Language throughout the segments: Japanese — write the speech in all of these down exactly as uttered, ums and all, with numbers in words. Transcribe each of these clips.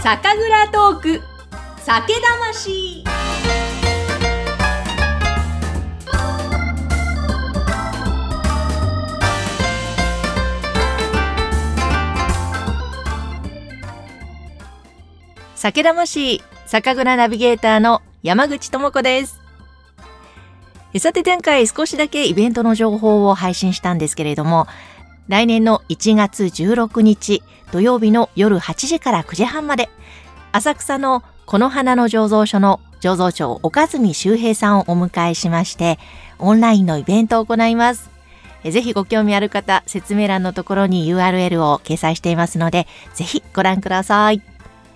酒蔵トーク酒魂。酒魂酒蔵ナビゲーターの山口智子です。さて前回少しだけイベントの情報を配信したんですけれども、来年のいちがつじゅうろくにち土曜日の夜はちじからくじはんまで、浅草のこの花の醸造所の醸造長岡住修平さんをお迎えしまして、オンラインのイベントを行います。ぜひご興味ある方、説明欄のところに ユーアールエル を掲載していますので、ぜひご覧ください。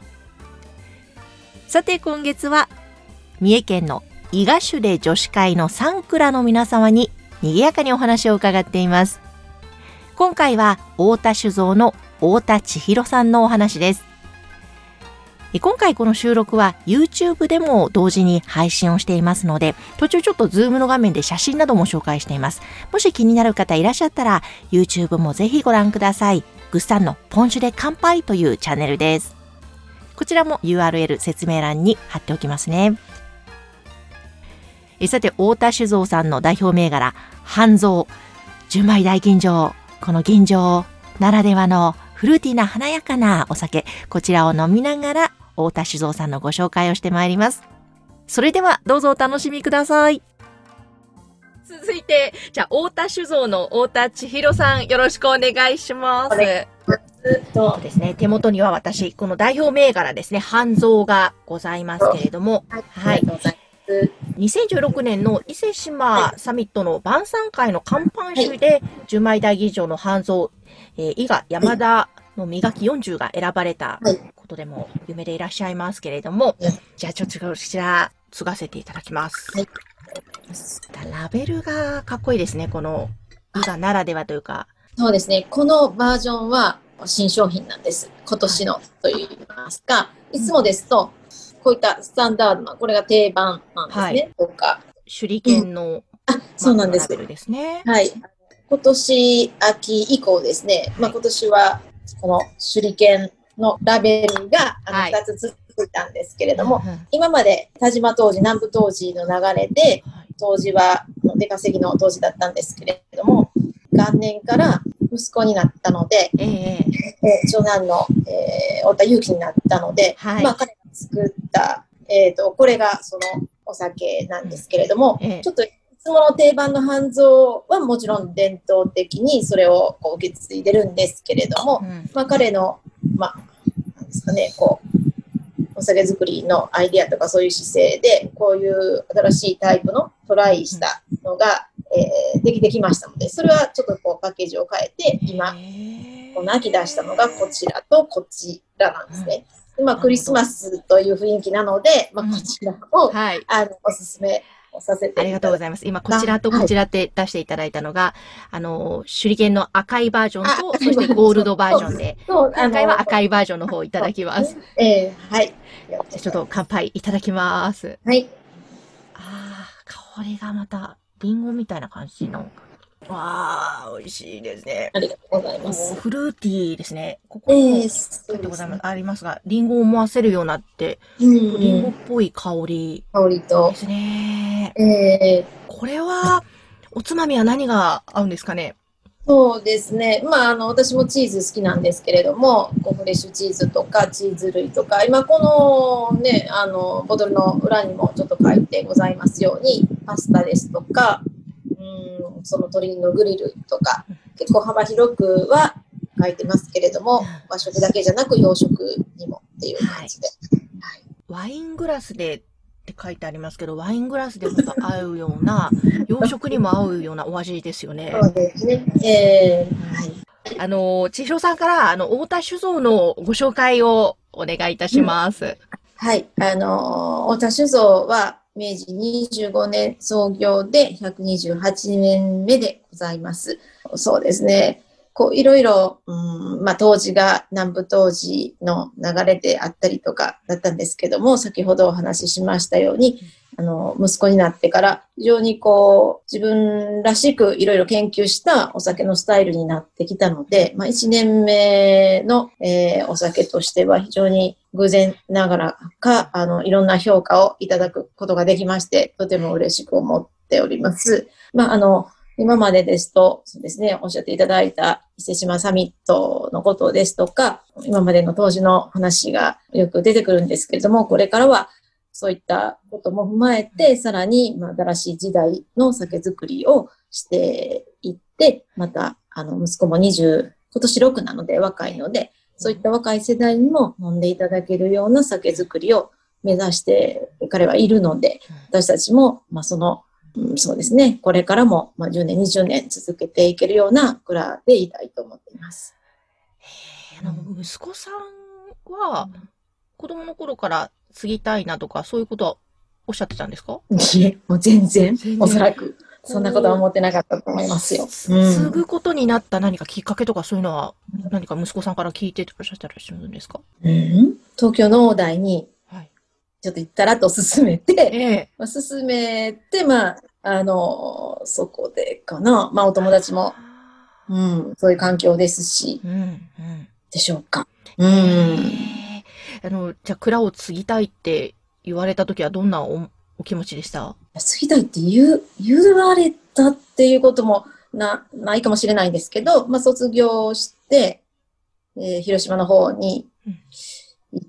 さて今月は三重県の伊賀種で女子会のさん蔵の皆様に賑やかにお話を伺っています。今回は太田酒造の太田千尋さんのお話です。今回この収録は YouTube でも同時に配信をしていますので、途中ちょっと Zoom の画面で写真なども紹介しています。もし気になる方いらっしゃったら YouTube もぜひご覧ください。ぐっさんのポン酒で乾杯というチャンネルです。こちらも ユーアールエル 説明欄に貼っておきますね。えさて太田酒造さんの代表銘柄半蔵純米大吟醸、この吟醸ならではのフルーティーな華やかなお酒、こちらを飲みながら太田酒造さんのご紹介をしてまいります。それではどうぞお楽しみください。続いてじゃあ太田酒造の太田千尋さん、よろしくお願いします。そうですね、手元には私この代表銘柄ですね、半蔵がございますけれども、はい、にせんじゅうろくねんの伊勢志摩サミットの晩餐会の乾パン酒で純米大吟醸の半蔵、えー、伊賀山田の磨きよんじゅうが選ばれたことでも有名でいらっしゃいますけれども、じゃあちょっとこちら継がせていただきます。はい、ラベルがかっこいいですね、この伊賀ならではというか。 そうですね、このバージョンは新商品なんです。今年のといいますか、いつもですとこういったスタンダードな、これが定番なんですね。はい、とか手裏剣の、うん、 あ、そうなんです。 ラベルですね。 はい。今年秋以降ですね、まあ、今年はこの手裏剣のラベルがあのふたつついたんですけれども、はい、今まで田島当時、南部当時の流れで、当時は出稼ぎの当時だったんですけれども、元年から息子になったので、えーえー、長男の、えー、太田祐樹になったので、はい、まあ、彼が作った、えーと、これがそのお酒なんですけれども、えー、ちょっといつもの定番の半蔵はもちろん伝統的にそれをこう受け継いでるんですけれども、うん、まあ、彼の、まあ、なんですかね、こうお酒作りのアイディアとかそういう姿勢でこういう新しいタイプのトライしたのが、えー、できてきましたので、それはちょっとこうパッケージを変えて今この秋出したのがこちらとこちらなんですね。で、まあ、クリスマスという雰囲気なので、まあ、こちらを、はい、あのおすすめさせてありがとうございます。今こちらとこちらって出していただいたのが、はい、あの手裏剣の赤いバージョンとそしてゴールドバージョンで、今回は赤いバージョンの方いただきます。 えー、はい。 じゃあちょっと乾杯いただきます。 はい。 ああ、香りがまたリンゴみたいな感じの。わあ、美味しいですね。 ありがとうございます。 フルーティーですね。ここにも書いてございます、えー、ありますが、リンゴを思わせるようなって、うん、リンゴっぽい香り。 香りと。 ですね。 えー、 これは、おつまみは何が合うんですかね？ そうですね。まあ、あの、私もチーズ好きなんですけれども、こうフレッシュチーズとかチーズ類とか、今このね、あの、ボトルの裏にもちょっと書いてございますように、パスタですとか、うん、その鶏のグリルとか、結構幅広くは書いてますけれども、和食だけじゃなく洋食にもっていう感じで。 はい、ワイングラスでって書いてありますけど、ワイングラスでまた合うような、洋食にも合うようなお味ですよね。 そうですね。えー、はい。 あの、千尋さんから、あの、太田酒造のご紹介をお願いいたします。うん、 はい。あの、太田酒造は、明治にじゅうごねん創業でひゃくにじゅうはちねんめでございます。そうですね。こういろいろ、うんまあ、当時が南部当時の流れであったりとかだったんですけども、先ほどお話ししましたように、 あの、息子になってから非常にこう、自分らしくいろいろ研究したお酒のスタイルになってきたので、まあいちねんめの、えーお酒としては非常に偶然ながらか、あの、いろんな評価をいただくことができまして、とても嬉しく思っております。まああの、今までですと、そうですね、おっしゃっていただいた伊勢志摩サミットのことですとか、今までの当時の話がよく出てくるんですけれども、これからはそういったことも踏まえて、さらに、まあ、新しい時代の酒造りをしていって、また、あの、息子もにじゅう、今年ろくなので若いので、そういった若い世代にも飲んでいただけるような酒造りを目指して彼はいるので、私たちも、まあ、その、うん、そうですね、これからも、まあ、じゅうねん、にじゅうねん続けていけるような蔵でいたいと思っています。 へー、あの、息子さんは、子供の頃から継ぎたいなとか、そういうことはおっしゃってたんですか？ いえ、もう全然、 全然おそらく、そんなことは思ってなかったと思いますよ。 継ぐことになった何かきっかけとかそういうのは、何か息子さんから聞いてらっしゃったりするんですか？ うん、東京農大に、ちょっと行ったらと勧めて、ええ、まあ、勧めて、まあ、あの、そこでかな。まあ、お友達も、うん、そういう環境ですし、うんうん、でしょうか。うん。 あの、じゃあ、蔵を継ぎたいって言われたときはどんな お, お気持ちでした？ 継ぎたいって言う、言われたっていうこともな、ないかもしれないんですけど、まあ、卒業して、えー、広島の方に行って、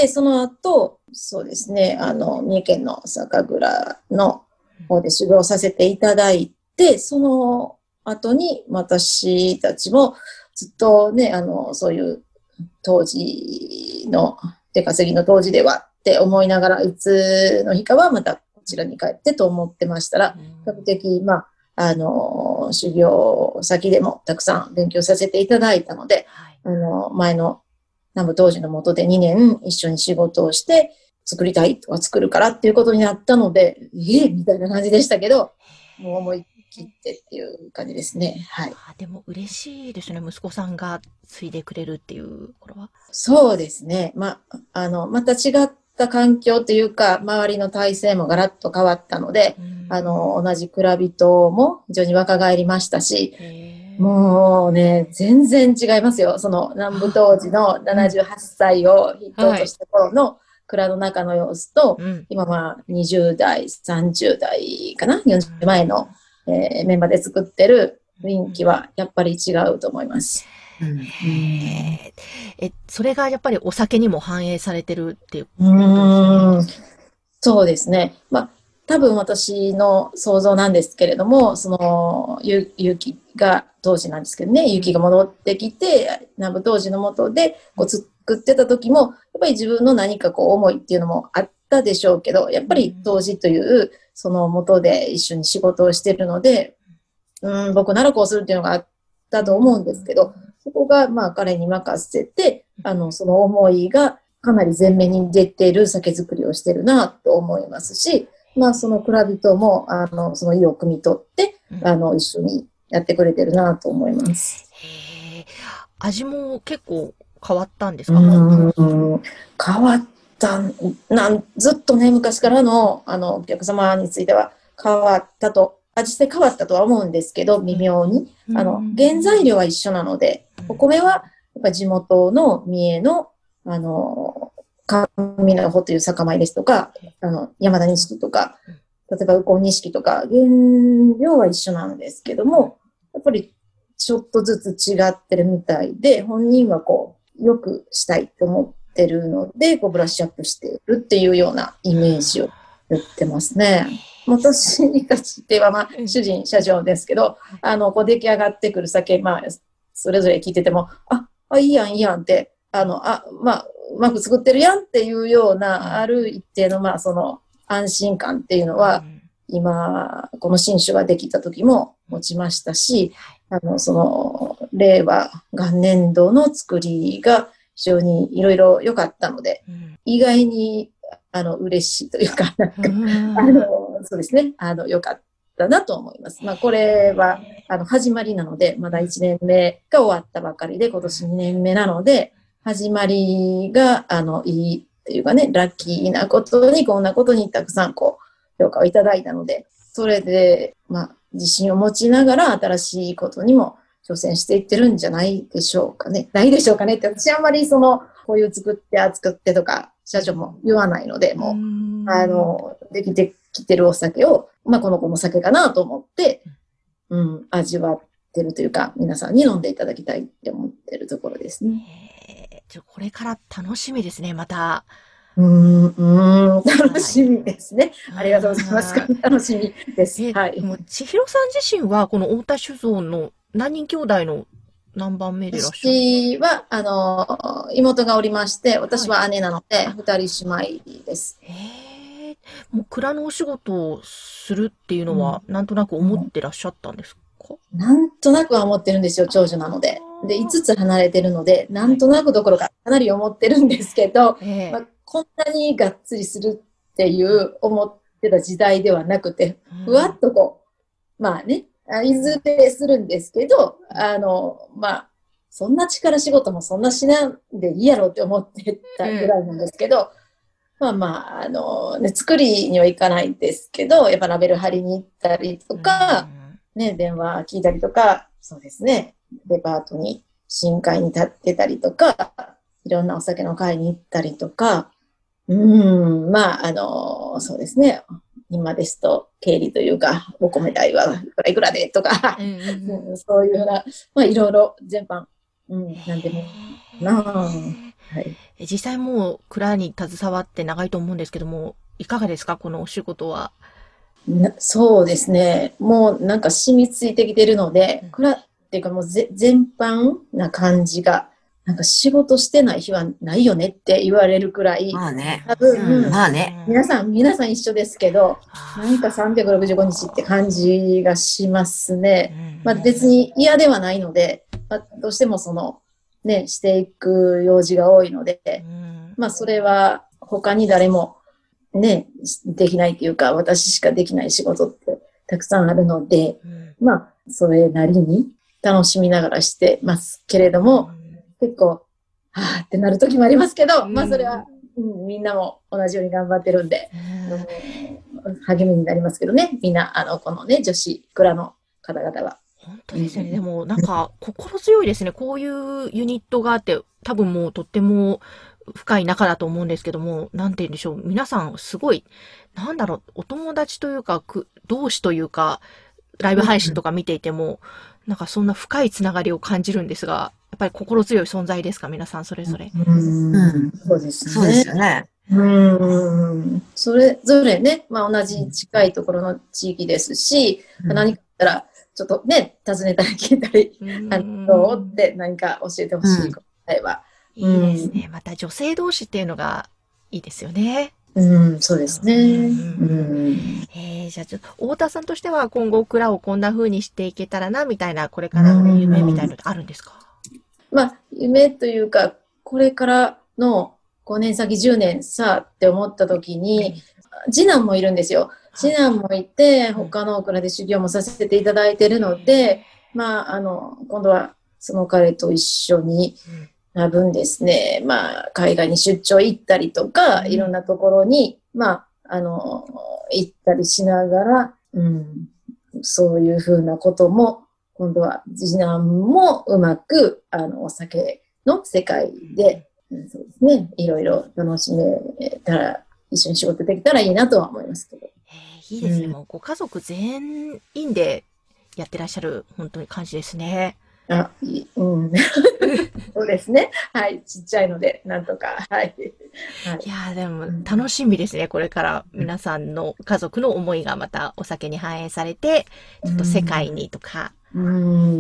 その後、そうですね、あの、三重県の酒蔵の方で修行させていただいて、その後に私たちもずっとね、あの、そういう当時の出稼ぎの当時ではって思いながら、いつの日かはまたこちらに帰ってと思ってましたら、比較的、まあ、あの、修行先でもたくさん勉強させていただいたので、あの、前の南部当時の下でにねん一緒に仕事をして、作りたいとか作るからっていうことになったので、ええみたいな感じでしたけど、もう思い切ってっていう感じですね。はい。 あ、でも嬉しいですね。息子さんが継いでくれるっていう頃は。 そうですね。ま、あの、また違った環境というか、周りの体制もガラッと変わったので、あの、同じ蔵人も非常に若返りましたし、もうね、全然違いますよ。その南部当時のななじゅうはっさいを筆頭とした頃の蔵の中の様子と、うん、今はにじゅうだい、さんじゅうだいかな、よんじゅうまえの、えー、メンバーで作ってる雰囲気はやっぱり違うと思います。うん、 へえ、それがやっぱりお酒にも反映されてるっていうことですね。そうですね。まあ、多分私の想像なんですけれども、その、ゆ、ゆきが当時なんですけどね、ゆきが戻ってきて、南部当時の下でこう作ってた時も、やっぱり自分の何かこう思いっていうのもあったでしょうけど、やっぱり当時という、その下で一緒に仕事をしてるので、うん、僕ならこうするっていうのがあったと思うんですけど、そこがまあ彼に任せて、あの、その思いがかなり前面に出ている酒造りをしてるなと思いますし、まあその蔵人も、あの、その意を汲み取って、あの、一緒にやってくれてるなと思います。 へえ、味も結構変わったんですか？ うん、変わったなん、ずっとね、昔からの、あの、お客様については変わったと、実際変わったとは思うんですけど、微妙に。あの、原材料は一緒なので、お米は、やっぱ地元の三重の、あの、上の穂という酒米ですとか、あの、山田錦とか、例えば、右近錦とか、原料は一緒なんですけども、やっぱりちょっとずつ違ってるみたいで、本人はこう、よくしたいと思ってるので、こう、ブラッシュアップしてるっていうようなイメージを言ってますね。私にたちっては、まあ、主人、社長ですけど、あの、こう出来上がってくる酒、まあ、それぞれ聞いてても、あ、あ、いいやん、いいやんって、あの、あ、まあ、うまく作ってるやんっていうような、ある一定の、まあ、その、安心感っていうのは、今、この新酒ができた時も持ちましたし、あの、その、令和元年度の作りが非常にいろいろ良かったので、意外に、あの、嬉しいというか、なんか、あの、そうですね、あの、良かったなと思います。まあ、これは、あの、始まりなので、まだいちねんめが終わったばかりで、今年にねんめなので、始まりが、あの、いいっていうかね、ラッキーなことに、こんなことにたくさん、こ評価をいただいたので、それで、まあ、自信を持ちながら新しいことにも挑戦していってるんじゃないでしょうかね。ないでしょうかねって、私あんまりその、こういう作って、あ作ってとか、社長も言わないので、もう、あの、できてきてるお酒を、まあ、この子の酒かなと思って、うん、味わってるというか、皆さんに飲んでいただきたいって思ってるところですね。 えー、これから楽しみですね、また。 うーん、うーん楽しみですね。はい、ありがとうございます。楽しみです。はい。 もう千尋さん自身は、この太田酒造の何人兄弟の何番目でいらっしゃる？ 私は、あの、妹がおりまして、私は姉なので、二、はい、人姉妹です。 へえ。もう蔵のお仕事をするっていうのは、うん、なんとなく思ってらっしゃったんですか？ うん、なんとなくは思ってるんですよ、長女なので。で、五つ離れてるので、なんとなくどころかかなり思ってるんですけど、はいまあ、こんなにがっつりするっていう思ってた時代ではなくて、ふわっとこう、まあね、いずれするんですけど、あの、まあ、そんな力仕事もそんなしなんでいいやろって思ってたぐらいなんですけど、まあまあ、あの、ね、作りには行かないんですけど、やっぱラベル貼りに行ったりとか、ね、電話聞いたりとか、そうですね、デパートに深海に立ってたりとか、いろんなお酒の会に行ったりとか、うん、まあ、あの、そうですね。今ですと、経理というか、お米代はいくらいくらでとか、うんうん、そういうような、まあ、いろいろ全般、うん、なんでもなはい。 実際もう、蔵に携わって長いと思うんですけども、いかがですか、このお仕事は。 そうですね。もうなんか染みついてきてるので、蔵っていうかもうぜ全般な感じが、なんか仕事してない日はないよねって言われるくらい、 まあね。 多分、 うん、まあね。 皆さん、皆さん一緒ですけど、なんかさんびゃくろくじゅうごにちって感じがしますね。まあ別に嫌ではないので、まあ、どうしてもその、ね、していく用事が多いので、まあそれは他に誰もね、できないっていうか、私しかできない仕事ってたくさんあるので、まあそれなりに楽しみながらしてますけれども、結構、はぁってなる時もありますけど、うん、まあそれは、うん、みんなも同じように頑張ってるんで、うん、励みになりますけどね、みんな、あの、このね、女子蔵の方々は。 本当ですね。うん、でも、なんか、心強いですね。こういうユニットがあって、多分もうとっても深い仲だと思うんですけども、なんて言うんでしょう。皆さん、すごい、なんだろう、お友達というか、同志というか、ライブ配信とか見ていても、うんなんかそんな深いつながりを感じるんですが、やっぱり心強い存在ですか、皆さんそれぞれ。 うん、うん、そうですね。 そうですよね。 うん。それぞれね、まあ同じ近いところの地域ですし、うん、何かあったら、ちょっとね、尋ねたり聞いたり、あの、どうって何か教えてほしい答えは、 うん。いいですね。また女性同士っていうのがいいですよね。 うん、そうですね。うん。 えー、じゃあちょっと、太田さんとしては今後蔵をこんな風にしていけたらな、みたいな、これからの夢みたいなのってあるんですか？ まあ、夢というか、これからのごねん先、じゅうねんさって思った時に、次男もいるんですよ。次男もいて、他の蔵で修行もさせていただいているので、まあ、あの、今度はその彼と一緒に、多分ですね、まあ、海外に出張行ったりとか、うん、いろんなところに、まあ、あの、行ったりしながら、うん、そういうふうなことも、今度は次男もうまく、あの、お酒の世界で、うん、そうですね、いろいろ楽しめたら、一緒に仕事できたらいいなとは思いますけど。 えー、いいですね、うん、もうご家族全員でやってらっしゃる、本当に感じですね。 あ、いい、うん。そうですね。はい。ちっちゃいので、なんとか。はい。 はい、いやでも、楽しみですね。これから皆さんの家族の思いがまたお酒に反映されて、ちょっと世界にとか。 うん。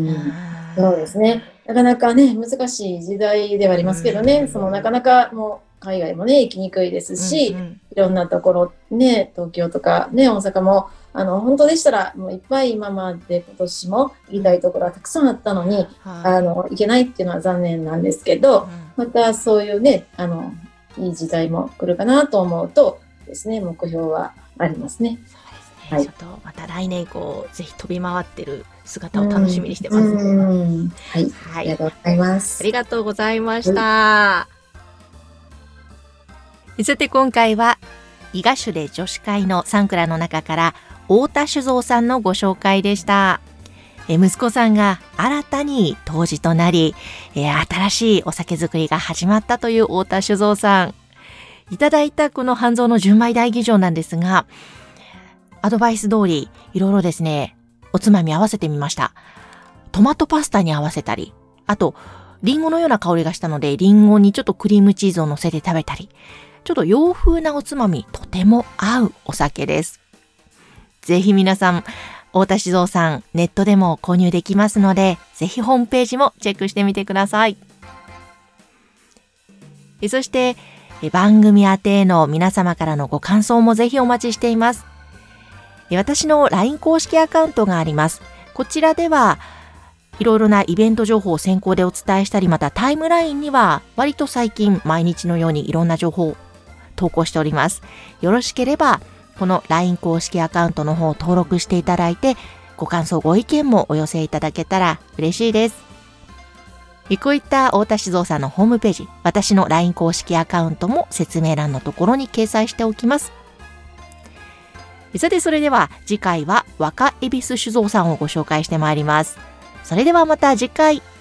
うんそうですね。なかなかね、難しい時代ではありますけどね、そのなかなかもう、海外もね、行きにくいですし、うんうん、いろんなところ、ね、東京とかね、大阪も、あの、本当でしたら、もういっぱい今まで今年も行きたいところはたくさんあったのに、はい、あの、行けないっていうのは残念なんですけど、うん、またそういうね、あの、いい時代も来るかなと思うとですね、目標はありますね。 そうですね。はい、ちょっとまた来年以降、ぜひ飛び回ってる姿を楽しみにしてます。うんうんはい、はい。ありがとうございます。 ありがとうございました。はい、さて今回は、 伊賀種で女子会のさん蔵の中から太田酒造さんのご紹介でした。え息子さんが新たに杜氏となり、え新しいお酒造りが始まったという太田酒造さん。いただいたこの半蔵の純米大吟醸なんですが、アドバイス通りいろいろですね、おつまみ合わせてみました。トマトパスタに合わせたり、あとリンゴのような香りがしたのでリンゴにちょっとクリームチーズを乗せて食べたり、ちょっと洋風なおつまみ、とても合うお酒です。ぜひ皆さん、太田酒造さん、ネットでも購入できますので、ぜひホームページもチェックしてみてください。そして、番組宛てへの皆様からのご感想もぜひお待ちしています。私の ライン 公式アカウントがあります。こちらでは、いろいろなイベント情報を先行でお伝えしたり、またタイムラインには割と最近毎日のようにいろんな情報を投稿しております。よろしければこの ライン 公式アカウントの方を登録していただいて、ご感想ご意見もお寄せいただけたら嬉しいです。こういった太田酒造さんのホームページ、私の ライン 公式アカウントも説明欄のところに掲載しておきます。さてそれでは次回は若恵比寿酒造さんをご紹介してまいります。それではまた次回。